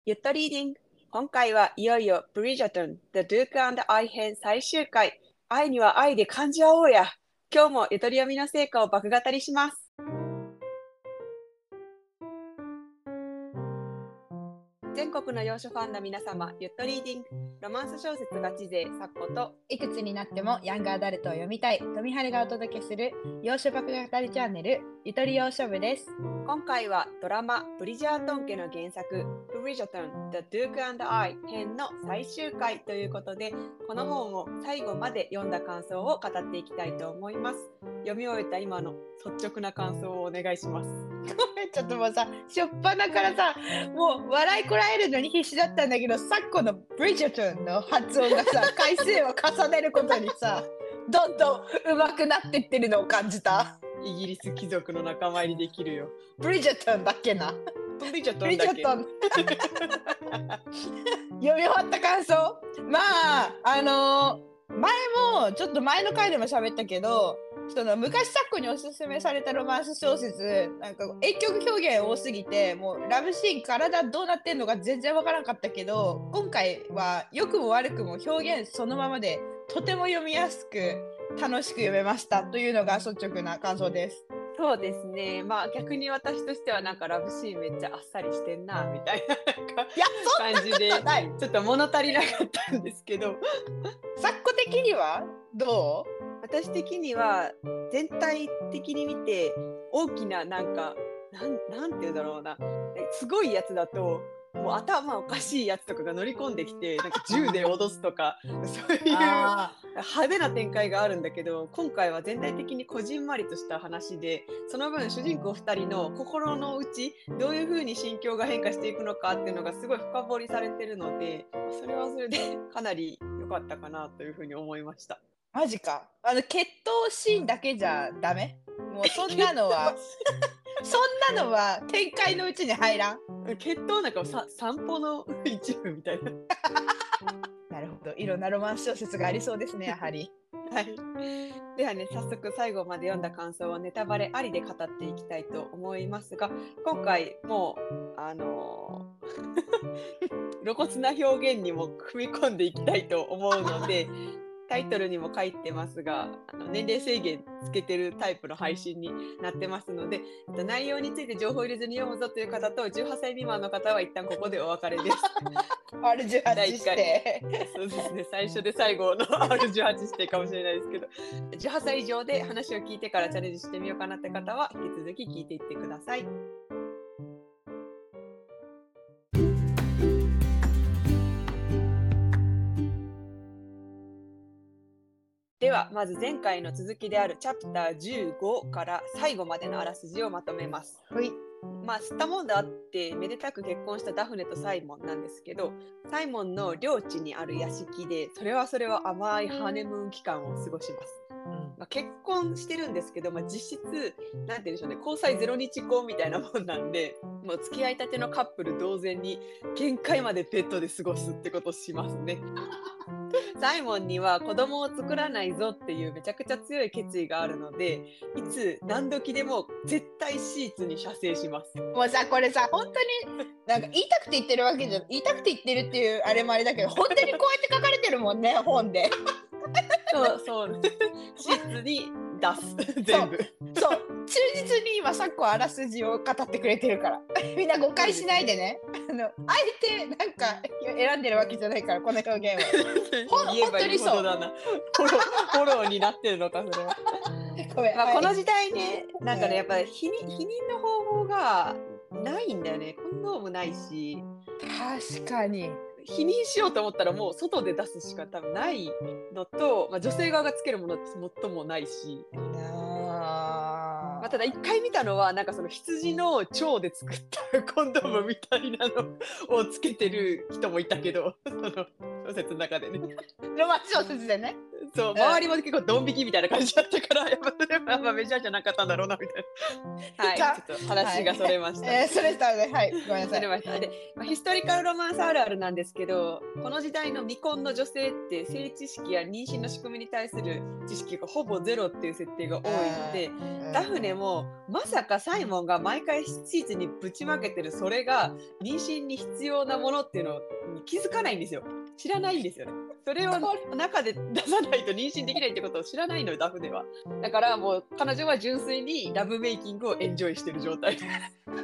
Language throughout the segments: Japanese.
ゆったリーディング。今回はいよいよブリジャトン The Duke and I 編最終回。愛には愛で感じ合おうや。今日もゆとり読みの成果を爆語りします。全国の洋書ファンの皆様、ゆっとリーディング。ロマンス小説ガチ勢昨今といくつになってもヤングアダルトを読みたい富春がお届けする洋書爆語りチャンネルゆとり洋書部です。 今回はドラマブリジャートン家の原作ブリジャトン The Duke and I 編の最終回ということで、この本を最後まで読んだ感想を語っていきたいと思います。読み終えた今の率直な感想をお願いします。 ごめん、ちょっともうさ、しょっぱなからさ、もう笑いこらえるのに必死だったんだけど、昨今のブリジャトンの発音がさ、回数を重ねることにさ、どんどん上手くなってってるのを感じた。 イギリス貴族の仲間入りできるよ。 ブリジャトンだっけな。 ブリジャトブリジンだっけ。 ャトン。読み終わった感想、まあ前もちょっと前の回でも喋ったけど、その昔昨今におすすめされたロマンス小説、なんか影響表現多すぎて、もうラブシーン体どうなってんのか全然わからんかったけど、今回は良くも悪くも表現そのままでとても読みやすく楽しく読めましたというのが率直な感想です。 そうですね。まあ逆に私としてはなんかラブシーンめっちゃあっさりしてんなみたいないや、そんな感じでことない。 ちょっと物足りなかったんですけど、 昨今的にはどう？ 私的には全体的に見て大きななんかなんて言うんだろうな、すごいやつだともう頭おかしいやつとかが乗り込んできてなんか銃で脅すとかそういうあ派手な展開があるんだけど、今回は全体的にこじんまりとした話で、その分主人公2人の心の内どういう風に心境が変化していくのかっていうのがすごい深掘りされてるので、それはそれでかなり良かったかなという風に思いました。 マジか。決闘シーンだけじゃダメ？もうそんなのはそんなのは展開のうちに入らん？ 決闘なんか散歩の一部みたいな。 なるほど。いろんなロマンス小説がありそうですね、やはり。 はい。ではね、早速最後まで読んだ感想をネタバレありで語っていきたいと思いますが、今回もう露骨な表現にも踏み込んでいきたいと思うので、タイトルにも書いてますが、年齢制限つけてるタイプの配信になってますので、内容について情報を入れずに読むぞという方と18歳未満の方は一旦ここでお別れです。 R18 して。 そうですね、最初で最後の R18 指定かもしれないですけど、18歳以上で話を聞いてからチャレンジしてみようかなって方は引き続き聞いていってください。ではまず前回の続きであるチャプター15から最後までのあらすじをまとめます。 はい。 まあ吸ったもんだあってめでたく結婚したダフネとサイモンなんですけど、サイモンの領地にある屋敷でそれは甘いハネムーン期間を過ごします。結婚してるんですけど、実質なんて言うんでしょうね、交際0日婚みたいなもんなんで、もう付き合いたてのカップル同然に限界までベッドで過ごすってことをしますね。サイモンには子供を作らないぞっていうめちゃくちゃ強い決意があるので、いつ何時でも絶対シーツに射精します。 もうさ、これさ、本当になんか言いたくて言ってるわけじゃん。言いたくて言ってるっていうあれもあれだけど、本当にこうやって書かれてるもんね、本で。 そうシーツに出す全部。 そう、忠実に今昨今あらすじを語ってくれてるからみんな誤解しないでね。あえてなんか選んでるわけじゃないから、この表現は言えばいいほどだな。フォローになってるのかそれは。 ごめん、 この時代ね、なんかね、やっぱり避妊の方法がないんだよね。コンドームないし、 確かに避妊しようと思ったらもう外で出すしか多分ないのと、女性側がつけるものって最もないし、ただ一回見たのはなんかその羊の腸で作ったコンドームみたいなのをつけてる人もいたけど、その小説の中でね。 ロマンス小説でね。 そう周りも結構ドン引きみたいな感じだったからやっぱそれはメジャーじゃなかったんだろうなみたいな。はいちょっと話がそれました、 それしたのではいごめんなさい。 それましたで、ヒストリカルロマンスあるあるなんですけど、この時代の未婚の女性って性知識や妊娠の仕組みに対する知識がほぼゼロっていう設定が多いので、ダフネもまさかサイモンが毎回シーツにぶちまけてるそれが妊娠に必要なものっていうのに気づかないんですよ。知らないんですよね。それを中で出さないと妊娠できないってことを知らないのよ、ダフネは。だからもう彼女は純粋にラブメイキングをエンジョイしてる状態です。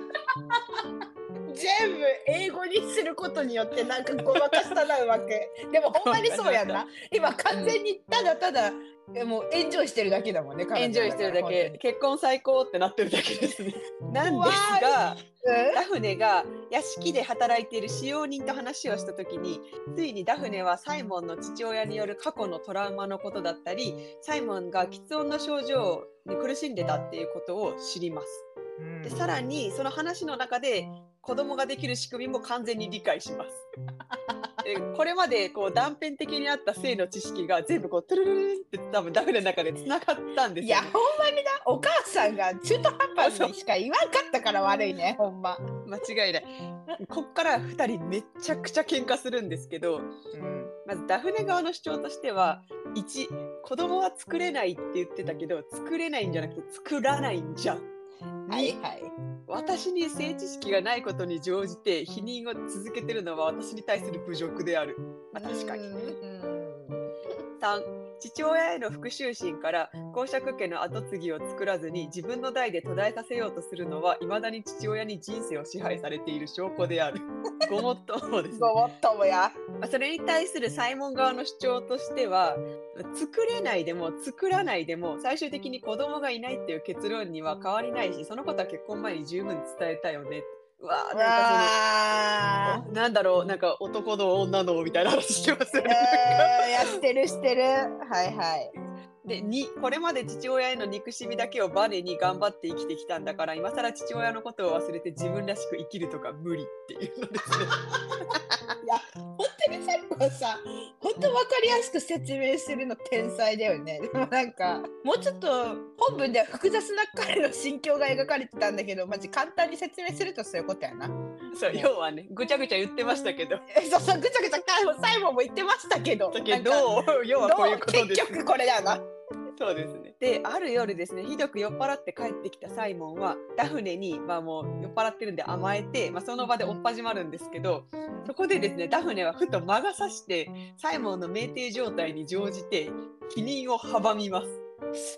全部英語にすることによってなんかごまかしたなうまく。でもほんまにそうやんな。今完全にただただもうエンジョイしてるだけだもんね。 エンジョイしてるだけ、結婚最高ってなってるだけですね。なんですが、ダフネが屋敷で働いている使用人と話をした時に、ついにダフネはサイモンの父親による過去のトラウマのことだったり、サイモンが喫音の症状に苦しんでたっていうことを知ります。でさらにその話の中で子供ができる仕組みも完全に理解します。でこれまでこう断片的にあった性の知識が全部こうトゥルルルルって多分ダフネの中でつながったんですよ、ね。 いやほんまにな、お母さんが中途半端にしか言わんかったから悪いねほんま。 間違いない。こっから2人めちゃくちゃ喧嘩するんですけど、まずダフネ側の主張としては、1、子供は作れないって言ってたけど作れないんじゃなくて作らないんじゃん。 はいはい、 私に性知識がないことに乗じて否認を続けてるのは私に対する侮辱である。確かに。3、父親への復讐心から公爵家の跡継ぎを作らずに自分の代で途絶えさせようとするのは未だに父親に人生を支配されている証拠である。ごもっともですね。 ごもっともや。 それに対するサイモン側の主張としては、作れないでも作らないでも最終的に子供がいないっていう結論には変わりないし、そのことは結婚前に十分伝えたよね。うわー、なんかそのなんだろう、なんか男の女のみたいな話してますよね。 いやしてるしてる。はいはい。 で2、これまで父親への憎しみだけをバネに頑張って生きてきたんだから、今更父親のことを忘れて自分らしく生きるとか無理っていうのですね。 いや本当に最後さ、本当分かりやすく説明するの天才だよね。でもなんかもうちょっと本文では複雑な彼の心境が描かれてたんだけど、マジ簡単に説明するとそういうことやな。 そう、要はね、ぐちゃぐちゃ言ってましたけど。 そうそう、ぐちゃぐちゃサイモンも言ってましたけど。 要はこういうことです。 結局これだな。 そうですね。で、ある夜ですね、ひどく酔っ払って帰ってきたサイモンはダフネに、もう酔っ払ってるんで甘えて、その場で追っ始まるんですけど、そこでですね、ダフネはふと魔が差してサイモンの酩酊状態に乗じて否認を阻みます。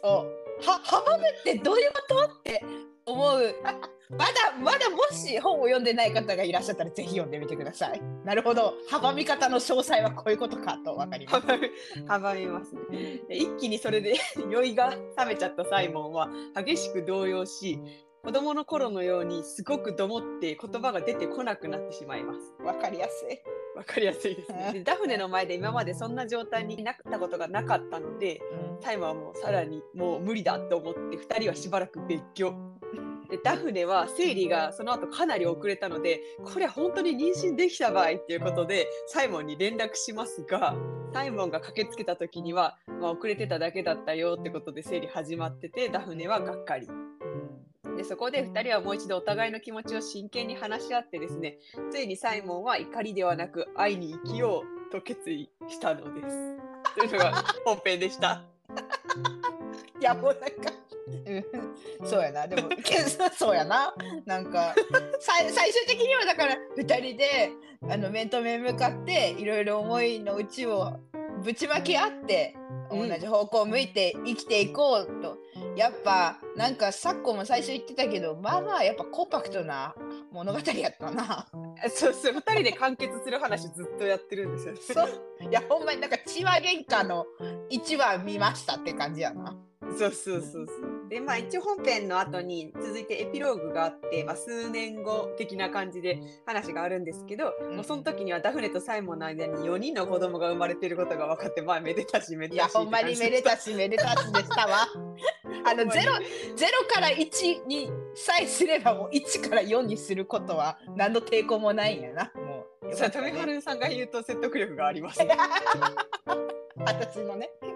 そう、阻むってどういうことって思う。まだもし本を読んでない方がいらっしゃったらぜひ読んでみてください。なるほど、阻み方の詳細はこういうことかと分かります。 阻みますね。一気にそれで酔いが冷めちゃったサイモンは激しく動揺し、子供の頃のようにすごくどもって言葉が出てこなくなってしまいます。 分かりやすい。 わかりやすいですね。でダフネの前で今までそんな状態になったことがなかったので、サイモンはもうさらにもう無理だと思って2人はしばらく別居。でダフネは生理がその後かなり遅れたので、これは本当に妊娠できた場合っていうことでサイモンに連絡しますが、サイモンが駆けつけた時には、遅れてただけだったよってことで生理始まってて、ダフネはがっかり。でそこで2人はもう一度お互いの気持ちを真剣に話し合ってですね、ついにサイモンは怒りではなく愛に生きようと決意したのです。というのが本編でした。 いやもうなんかそうやな。でもそうやな。なんか最終的にはだから2人で面と面向かっていろいろ思いの内をぶちまき合って、同じ方向を向いて生きていこうと。やっぱなんか昨今も最初言ってたけど、やっぱコンパクトな物語やったな。 そう2人で完結する話ずっとやってるんですよ。 いやほんまになんか血は喧嘩の1話見ましたって感じやな。 そうで一応本編の後に続いてエピローグがあって、数年後的な感じで話があるんですけど、もうその時にはダフネとサイモンの間に4人の子供が生まれていることが分かって、めでたしめでたし。 いやほんまにめでたしめでたしでしたわ。0から1にさえすればもう1から4にすることは何の抵抗もないんやな。もう富春さんが言うと説得力がありますね。 私のね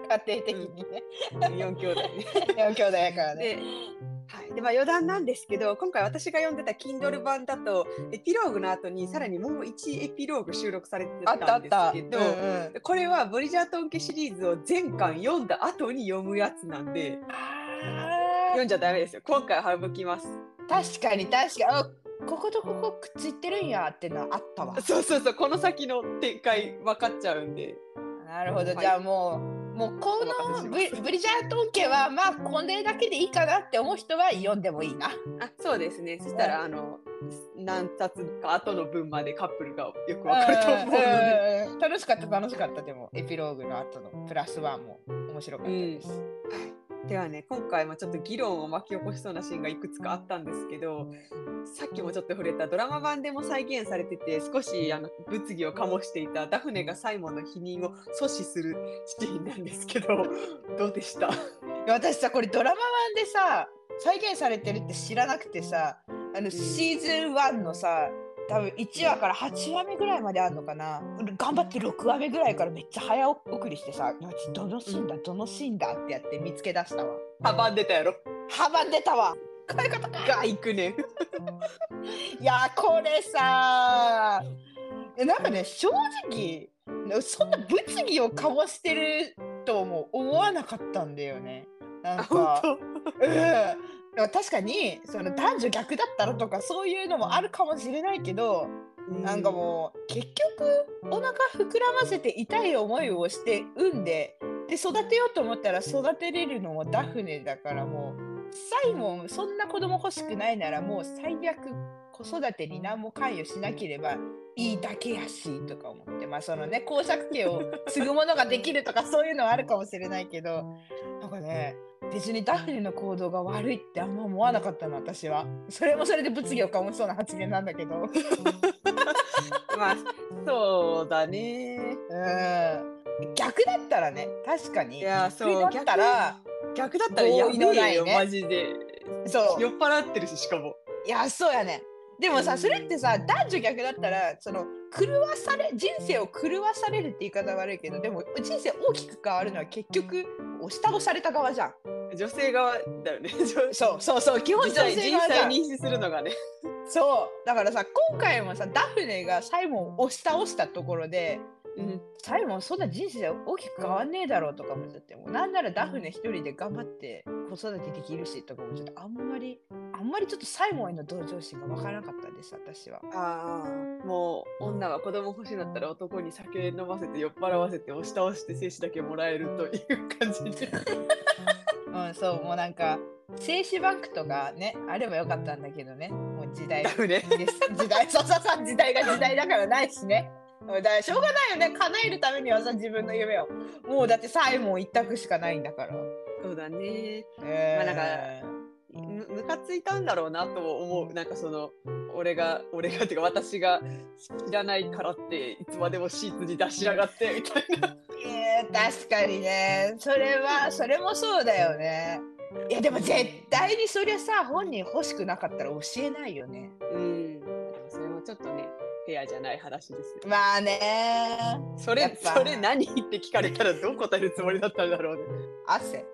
家庭的にね。 4兄弟ね。 4兄弟やからね。 で、はい。で、余談なんですけど、今回私が読んでた Kindle 版だと、エピローグの後にさらにもう1エピローグ収録されてあったあたんですった。 けど、 うん。 これはブリジャートン家シリーズを全巻読んだ後に読むやつなんで、読んじゃダメですよ。今回省きます。 確かに確かに。あ、こことここくっついてるんやってのはあったわ。 そうそうそう、この先の展開分かっちゃうんで。 なるほど、 はいじゃあもうこお任せのしますブリジャートン家はまあこれだけでいいかなって思う人は読んでもいいな。 あ、そうですね。そしたら、何冊か後の分までカップルがよくわかると思うので。 楽しかった楽しかった。でもエピローグの後のプラスワンも面白かったです。 ではね、今回もちょっと議論を巻き起こしそうなシーンがいくつかあったんですけど、さっきもちょっと触れたドラマ版でも再現されてて、少し物議を醸していたダフネがサイモンの否認を阻止するシーンなんですけど、どうでした？ 私さ、これドラマ版でさ再現されてるって知らなくてさ、シーズン1のさ多分1話から8話目ぐらいまであるのかな、頑張って6話目ぐらいからめっちゃ早送りしてさ、どのシーンだどのシーンだってやって見つけ出したわ。 阻んでたやろ。 阻んでたわ。こういうことか。 が行くねん。 いやこれさなんかね、正直そんな物議を醸してるとも思わなかったんだよね。なんか確かにその男女逆だったらとかそういうのもあるかもしれないけど、なんかもう結局お腹膨らませて痛い思いをして産んで育てようと思ったら育てれるのもダフネだから、もうサイモンそんな子供欲しくないならもう最悪子育てに何も関与しなければいいだけやしとか思って、まあそのね公爵家を継ぐものができるとかそういうのはあるかもしれないけど、なんかね別にダフネの行動が悪いってあんま思わなかったの私は。それもそれで物議を醸しそうな発言なんだけどまあそうだね。 逆だったらね、確かに。 いやそうだったら逆だったらやべえよ、 ね、 マジで。 そう酔っ払ってるしかも。 いやそうやね。でもさ、それってさ男女逆だったらその人生を狂わされるって言い方悪いけど、でも人生大きく変わるのは結局押し倒された側じゃん。 女性側だよね。 そう基本女性側じゃん。 認識するのがね。 そうだからさ、今回もさダフネがサイモンを押し倒したところで、サイモンそんな人生大きく変わんねえだろうとか思っちゃって、もうなんならダフネ一人で頑張って子育てできるしとか思っちゃって、あんまりちょっとサイモンへの同情心が分からなかったんです私は。 もう女は子供欲しいんだったら男に酒飲ませて酔っ払わせて押し倒して精子だけもらえるという感じでそうもうなんか精子バンクとかねあればよかったんだけどね、もう時代ダフネ時代そう時代が時代だからないしね。だからしょうがないよね、叶えるためにはさ自分の夢を。もうだってサイモン一択しかないんだから。 そうだね。まあなんかムカついたんだろうなと思う。なんかその俺がっていうか私が知らないからっていつまでもシーツに出しやがってみたいな。 確かにね、それもそうだよね。いやでも絶対にそりゃさ本人欲しくなかったら教えないよね。 それもちょっとねフェアじゃない話ですよ。 まあねそれ何って聞かれたらどう答えるつもりだったんだろうね。 汗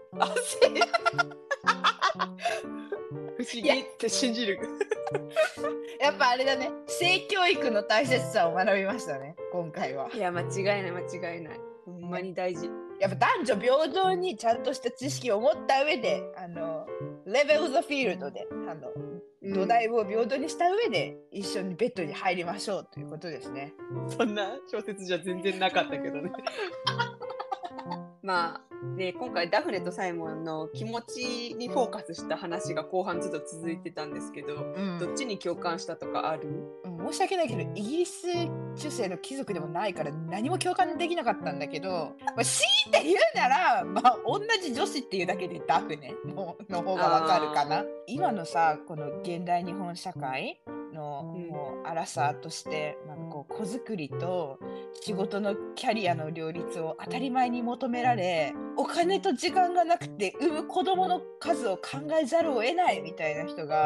不思議って信じる。 やっぱあれだね、性教育の大切さを学びましたね今回は。 いや間違いないほんまに大事。 やっぱ男女平等にちゃんとした知識を持った上でレベル・ザ・フィールドで土台を平等にした上で一緒にベッドに入りましょうということですね。 そんな小説じゃ全然なかったけどね。まあね、今回ダフネとサイモンの気持ちにフォーカスした話が後半ずっと続いてたんですけど、どっちに共感したとかある？ 申し訳ないけどイギリス中世の貴族でもないから何も共感できなかったんだけど、強いて言うなら、同じ女子っていうだけでダフネの方がわかるかな。今のさこの現代日本社会のもうアラサーとして子作りと仕事のキャリアの両立を当たり前に求められ、お金と時間がなくて産む子供の数を考えざるを得ないみたいな人が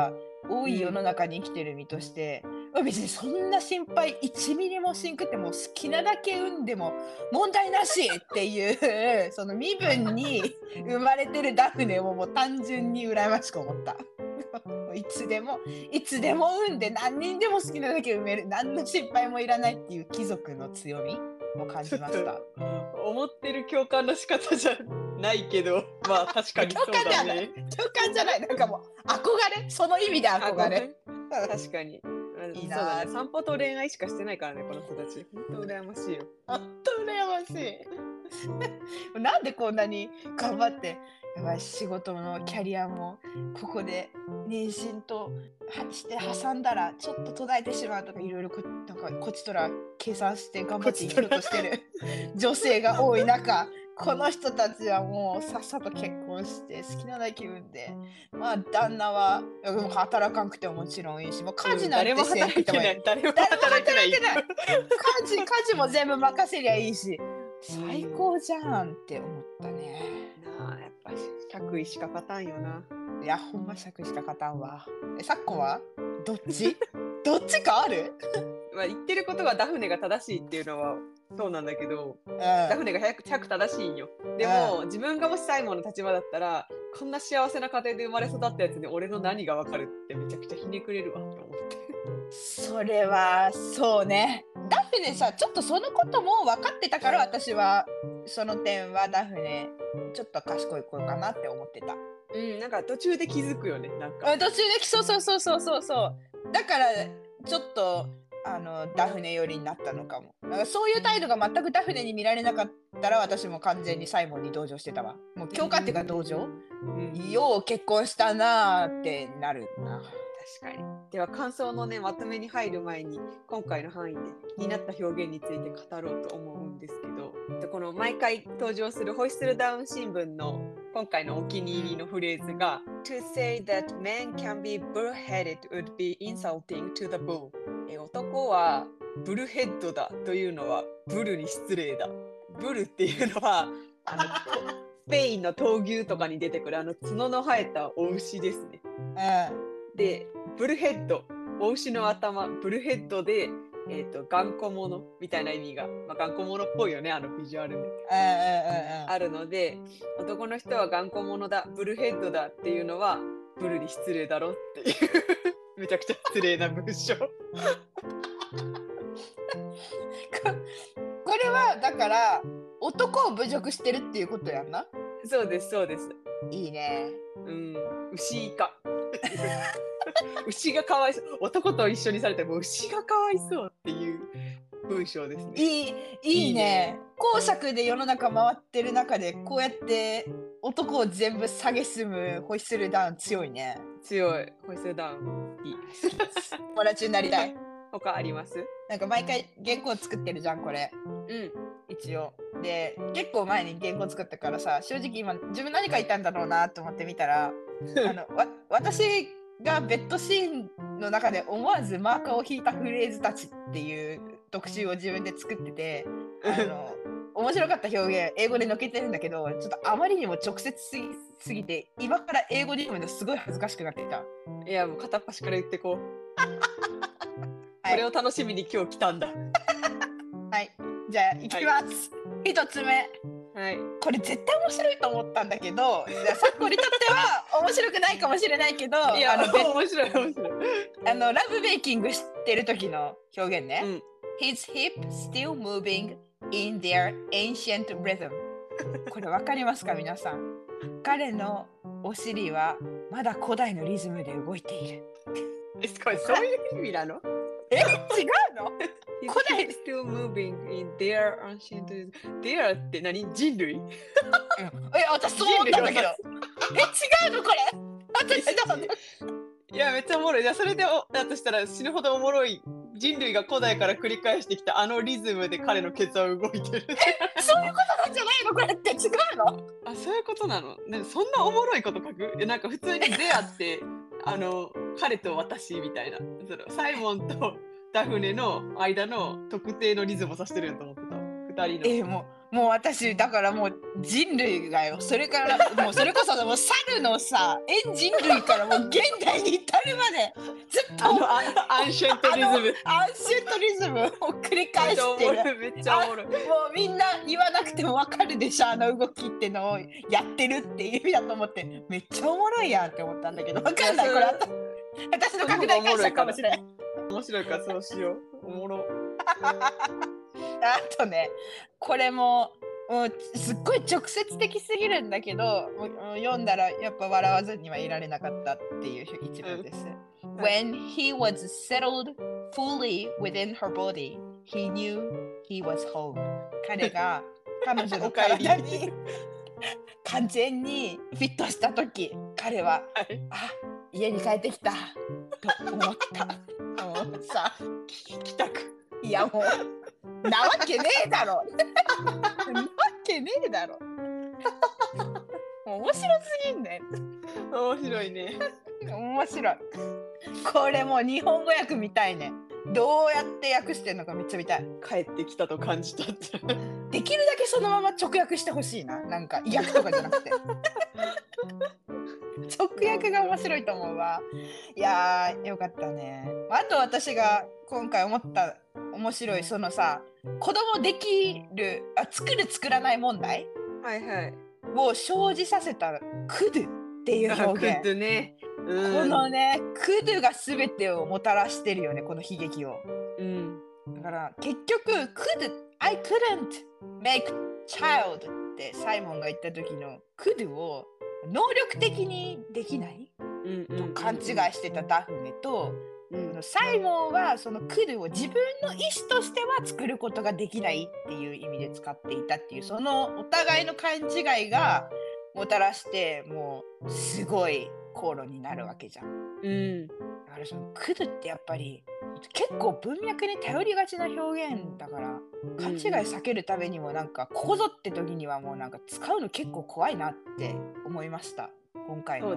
多い世の中に生きてる身として、別にそんな心配1ミリもしんくっても好きなだけ産んでも問題なしっていうその身分に生まれてるダフネをもう単純に羨ましく思った。いつでも産んで何人でも好きなだけ産める、何の心配もいらないっていう貴族の強みを感じました。 思ってる共感の仕方じゃないけど、まあ確かにそうだね。 共感じゃない、なんかもう憧れ、その意味で憧れ。 確かに。 いいな。 そうだね。散歩と恋愛しかしてないからね、この人たち。本当羨ましいよ。 本当羨ましい。なんでこんなに頑張って、やばい、仕事のキャリアもここで妊娠として挟んだらちょっと途絶えてしまうとか、いろいろなんかこっちとら計算して頑張って生きようとしてる女性が多い中、この人たちはもうさっさと結婚して好きなだけ産んで、まあ旦那は働かんくてももちろんいいし、もう家事なんてせんくてもいい。 誰も働いてない。 家事も全部任せりゃいいし、最高じゃんって思ったね。 なあ、やっぱ着衣しか勝たんよな。 いや、ほんま着衣しか勝たんわ。昨今はどっちどっちかあるまあ言ってることがダフネが正しいっていうのはそうなんだけど、ダフネが100正しいんよ。でも、自分がもしサイモンの立場だったら、こんな幸せな家庭で生まれ育ったやつに俺の何がわかるってめちゃくちゃひねくれるわって思って。 それはそうね。ダフネさ、ちょっとそのことも分かってたから、私はその点はダフネちょっと賢い子かなって思ってた。 なんか途中で気づくよね。なんか途中でそうだからちょっとダフネ寄りになったのかも。なんかそういう態度が全くダフネに見られなかったら、私も完全にサイモンに同情してたわ。もう共感っていうか同情、よう結婚したなーってなるな。 確かに。では感想のね、まとめに入る前に今回の範囲で気になった表現について語ろうと思うんですけど、この毎回登場するホイッスルダウン新聞の今回のお気に入りのフレーズが To say that men can be bullheaded would be insulting to the bull。 男はブルヘッドだというのはブルに失礼だ。ブルっていうのはスペインの闘牛とかに出てくる角の生えたお牛ですね。で、ブルヘッド、お牛の頭、ブルヘッドで、頑固者みたいな意味が、頑固者っぽいよね、ビジュアルで。あるので、男の人は頑固者だ、ブルヘッドだっていうのは、ブルに失礼だろっていう、めちゃくちゃ失礼な文章。これは、だから、男を侮辱してるっていうことやんな。 そうです、そうです。 いいね。 牛か。牛がかわいそう。男と一緒にされても牛がかわいそうっていう文章ですね。 いいね。公爵で世の中回ってる中でこうやって男を全部蔑むホイッスルダウン強いね。 強い。ホイッスルダウンいい。 友達になりたい。 他あります？ なんか毎回原稿作ってるじゃんこれ。一応。で結構前に原稿作ったからさ、正直今自分何書いたんだろうなと思ってみたら私がベッドシーンの中で思わずマーカーを引いたフレーズたちっていう特集を自分で作ってて、面白かった表現英語で載っけてるんだけど、ちょっとあまりにも直接すぎて今から英語で読むのすごい恥ずかしくなってきた。 いやもう片っ端から言ってこう。これを楽しみに今日来たんだ。 はい、じゃあ行きます。一つ目。 はい、 これ絶対面白いと思ったんだけど、さっこにとっては面白くないかもしれないけど、 いや面白い。 ラブベーキングしてる時の表現ね。His hip still moving in their ancient rhythm。これ分かりますか皆さん。彼のお尻はまだ古代のリズムで動いている。 これそういう意味なの？ 違うの？ 古代 still moving in their ancient rhythm。their って何？人類？ 私そう思ったんだけど。違うのこれ？私だ。 いやめっちゃおもろい。じゃあそれでだとしたら死ぬほどおもろい。人類が古代から繰り返してきたリズムで彼のケツは動いてる。 そういうことなんじゃないのこれって違うの？ そういうことなの？そんなおもろいこと書く？なんか普通に出会って彼と私みたいな、サイモンとダフネの間の特定のリズムを指してると思ってた。2人の。 もう私だからもう人類がよ、それからもうそれこそもう猿のさ猿人類からもう現代に至るまでずっとアンシェントリズムアンシェントリズムを繰り返してる。 めっちゃおもろい。 もうみんな言わなくても分かるでしょ、あの動きってのをやってるっていう意味だと思ってめっちゃおもろいやんって思ったんだけど、分かんない、これ私の拡大解釈かもしれない。 面白いからそうしよう。おもろ。 あとね、これもすっごい直接的すぎるんだけど、読んだらやっぱ笑わずにはいられなかったっていう一文です。When he was settled fully within her body, he knew he was home. 彼が彼女の体に完全にフィットしたとき、彼は、あ、家に帰ってきたと思った。もうさ、 帰宅。 いやもうなわけねえだろなわけねえだろ面白すぎんね。 面白いね。 面白い。これもう日本語訳みたいね。どうやって訳してんのかめっちゃ見たい。 帰ってきたと感じたってできるだけそのまま直訳してほしいな。なんか意訳とかじゃなくて直訳が面白いと思うわ。いやーよかったね。あと私が今回思った面白いそのさ、子供できる作る作らない問題を生じさせたクドゥっていう表現。 クドゥね。 このねクドゥが全てをもたらしてるよね、この悲劇を。だから結局I couldn't make child ってサイモンが言った時のクドゥを能力的にできないと勘違いしてたダフネと、サイモンはそのクドゥを自分の意思としては作ることができないっていう意味で使っていたっていう、そのお互いの勘違いがもたらしてもうすごい口論になるわけじゃん。だからそのクドゥってやっぱり結構文脈に頼りがちな表現だから勘違い避けるためにもなんかここぞって時にはもうなんか使うの結構怖いなって思いました。今回の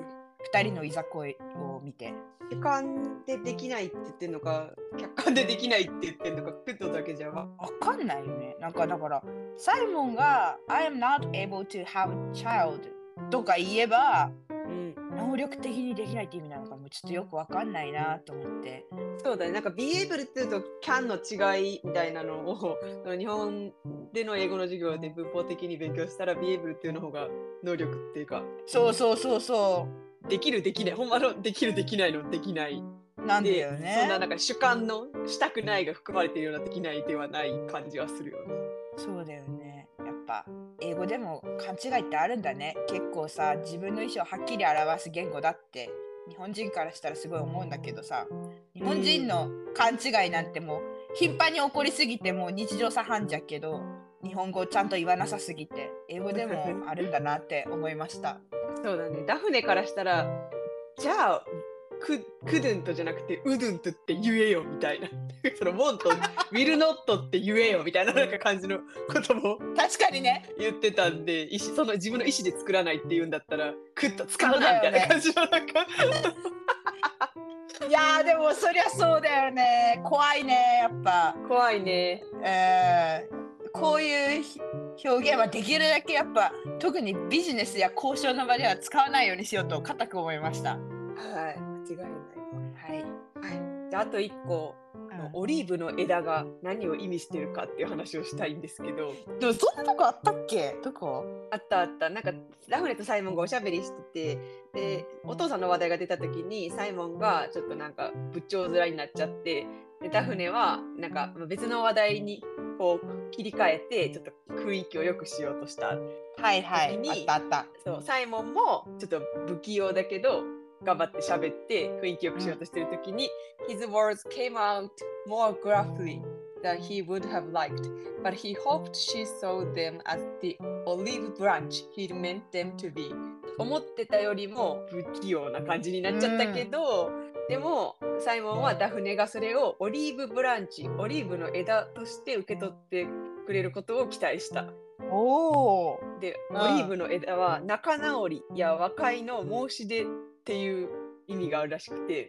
2人のいざこいを見て。 主観でできないって言ってんのか客観でできないって言ってんのかクドゥだけじゃ分かんないよね。なんかだからサイモンが I am not able to have a child とか言えば能力的にできないって意味なのかもちょっとよくわかんないなと思って。 そうだね、なんか be able っていうと can の違いみたいなのを日本での英語の授業で文法的に勉強したら be able っていうの方が能力っていうかそうできるできない、ほんまのできるできないのできないなんだよね。 そんななんか主観のしたくないが含まれているようなできないではない感じはするよね。 そうだよね。やっぱ英語でも勘違いってあるんだね。結構さ自分の意思をはっきり表す言語だって日本人からしたらすごい思うんだけどさ、日本人の勘違いなんてもう頻繁に起こりすぎてもう日常茶飯事やけど日本語をちゃんと言わなさすぎて英語でもあるんだなって思いました。 そうだね、ダフネからしたらじゃあクドゥントじゃなくてウドゥントって言えよみたいなそのウォントウィルノットって言えよみたいななんか感じのことも確かにね言ってたんで、その自分の意思で作らないって言うんだったらクッと使うなみたいな感じのなんかいやでもそりゃそうだよね。怖いね、やっぱ怖いね。 こういう表現はできるだけやっぱ特にビジネスや交渉の場では使わないようにしようと固く思いました。 はい、間違いない。 はい。 であと1個、オリーブの枝が何を意味してるかっていう話をしたいんですけど。 でもそんなとこあったっけ？どこ？ あった。なんかダフネとサイモンがおしゃべりしてて、でお父さんの話題が出た時にサイモンがちょっとなんか仏頂面になっちゃって、でダフネはなんか別の話題にこう切り替えてちょっと雰囲気を良くしようとした時に、 あった。 そうサイモンもちょっと不器用だけど頑張って喋って雰囲気よくしようとしてる時に、His words came out more gruffly than he would have liked, but he hoped she saw them as the olive branch he'd meant them to be. 思ってたよりも不器用な感じになっちゃったけど、でもサイモンはダフネがそれをオリーブブランチ、オリーブの枝として受け取ってくれることを期待した。で、オリーブの枝は仲直りや和解の申し出っていう意味があるらしくて、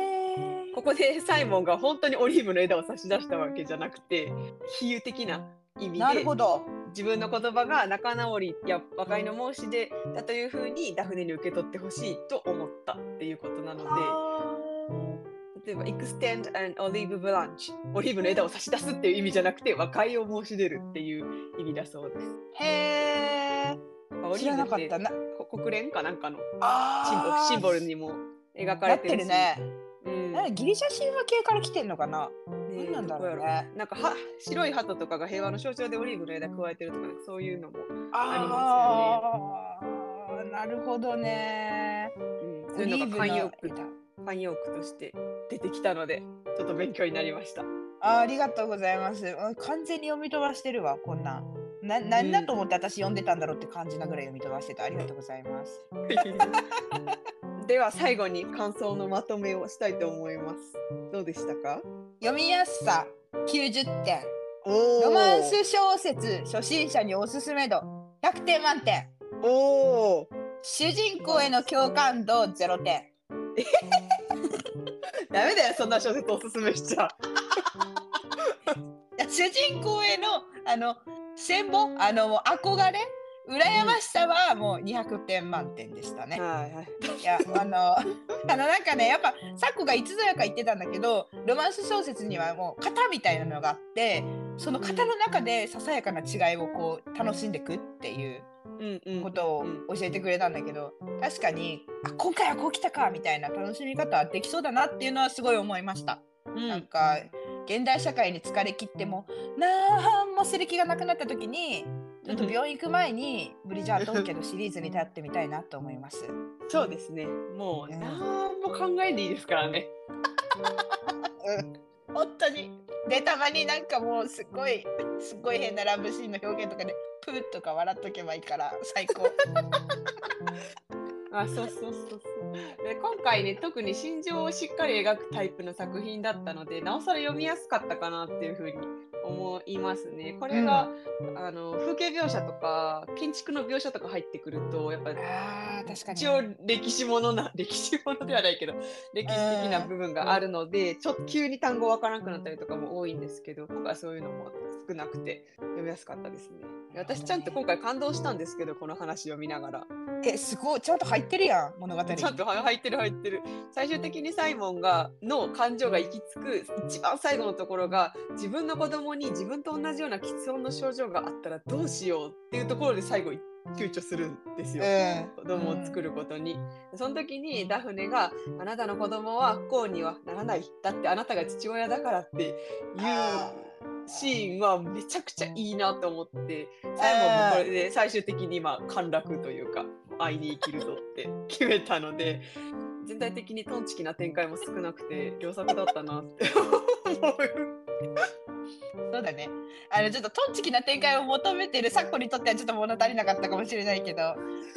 ここでサイモンが本当にオリーブの枝を差し出したわけじゃなくて比喩的な意味で、 なるほど。 自分の言葉が仲直りや和解の申し出だというふうにダフネに受け取ってほしいと思ったっていうことなので、例えば extend an olive branch オリーブの枝を差し出すっていう意味じゃなくて和解を申し出るっていう意味だそうです。 へー、知らなかったな。 国連かなんかのシンボルにも描かなっれてるし、 てるね。 うん、 ギリシャ神話系から来てんのかな。何なんだろうね。 なんか白い鳩とかが平和の象徴でオリーブの枝加えてるとか、なんかそういうのもあー、なるほどね。 そういうのが慣用句として出てきたので、ちょっと勉強になりました。 ありがとうございます。完全に読み飛ばしてるわ、こんなん。何だと思って私読んでたんだろうって感じなぐらい読み飛ばしてた。ありがとうございます。 では最後に感想のまとめをしたいと思います。どうでしたか？ 読みやすさ90点。ロマンス小説初心者におすすめ度100点満点。主人公への共感度0点。 ダメだよ、そんな小説おすすめしちゃ主人公への羨望、憧れ、羨ましさはもう200点満点でしたね。いやなんかね、やっぱサクがいつぞやか言ってたんだけど、ロマンス小説にはもう型みたいなのがあって、その型の中でささやかな違いをこう楽しんでいくっていうことを教えてくれたんだけど、確かに今回はこう来たかみたいな楽しみ方はできそうだなっていうのはすごい思いました。なんか現代社会に疲れ切ってもなんもする気がなくなった時に、ちょっと病院行く前にブリジャートン家のシリーズに頼ってみたいなと思います。 そうですね。もう何も考えんでいいですからね。 本当に。でたまになんかもうすごい変なラブシーンの表現とかでプーとか笑っとけばいいから最高。 そうで今回ね、特に心情をしっかり描くタイプの作品だったので、なおさら読みやすかったかなっていうふうに思いますね。これが、風景描写とか建築の描写とか入ってくると、やっぱり一応歴史ものではないけど歴史的な部分があるので、ちょっと急に単語わからなくなったりとかも多いんですけど、今回そういうのも少なくて読みやすかったですね。私ちゃんと今回感動したんですけど、この話読みながら。 すごい、ちゃんと入ってるやん、物語に。 ちゃんと入ってる。最終的にサイモンの感情が行き着く一番最後のところが、自分の子供に自分と同じような喫音の症状があったらどうしようっていうところで最後躊躇するんですよ、子供を作ることに。その時にダフネが、あなたの子供は不幸にはならない、だってあなたが父親だからっていうシーンはめちゃくちゃいいなと思って、サイモンもこれで最終的に陥落というか愛に生きるぞって決めたので、全体的にトンチキな展開も少なくて良作だったなって思う。 そうだね。ちょっとトンチキな展開を求めてるサッコにとってはちょっと物足りなかったかもしれないけど、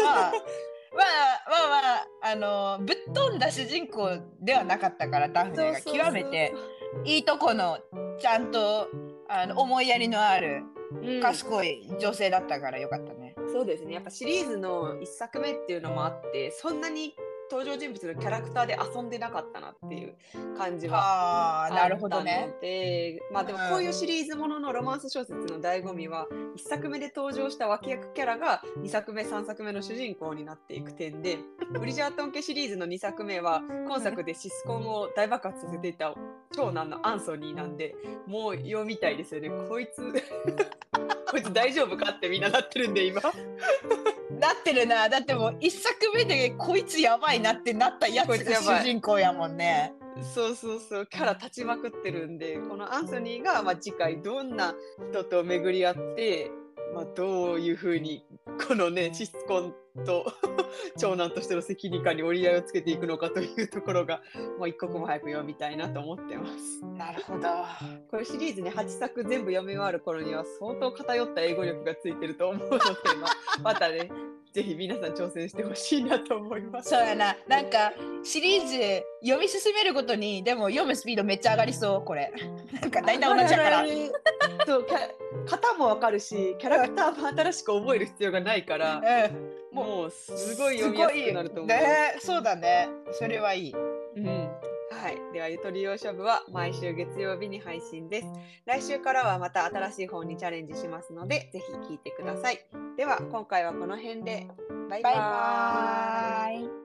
ぶっ飛んだ主人公ではなかったから、ダフネが極めていいとこのちゃんと思いやりのある賢い女性だったからよかったね。 そうですね。やっぱシリーズの1作目っていうのもあって、そんなに登場人物のキャラクターで遊んでなかったなっていう感じはあったので、 なるほどね。 でもこういうシリーズもののロマンス小説の醍醐味は、1作目で登場した脇役キャラが2作目3作目の主人公になっていく点で、ブリジャートン家シリーズの2作目は今作でシスコンを大爆発させていた長男のアンソニーなんで、もう読みたいですよね。こいつ大丈夫かってみんななってるんで今。 なってるな。だってもう1作目でこいつやばいなってなったやつが主人公やもんね。 そうキャラ立ちまくってるんで、このアンソニーが次回どんな人と巡り合って、どういう風にこのねシスコンと長男としての責任感に折り合いをつけていくのかというところが、もう一刻も早く読みたいなと思ってます。 なるほど。 これシリーズね8作全部読み終わる頃には相当偏った英語力がついてると思うので、またねぜひ皆さん挑戦してほしいなと思います。 そうやな。なんかシリーズ読み進めるごとにでも読むスピードめっちゃ上がりそう。これなんか大体同じやからそう型もわかるし、キャラクターも新しく覚える必要がないから、もうすごい読みやすくなると思う。 そうだね。それはいい。 はい。では、ゆとり洋書部は毎週月曜日に配信です。来週からはまた新しい本にチャレンジしますので、ぜひ聞いてください。では、今回はこの辺で。バイババイーイ。 バーイ。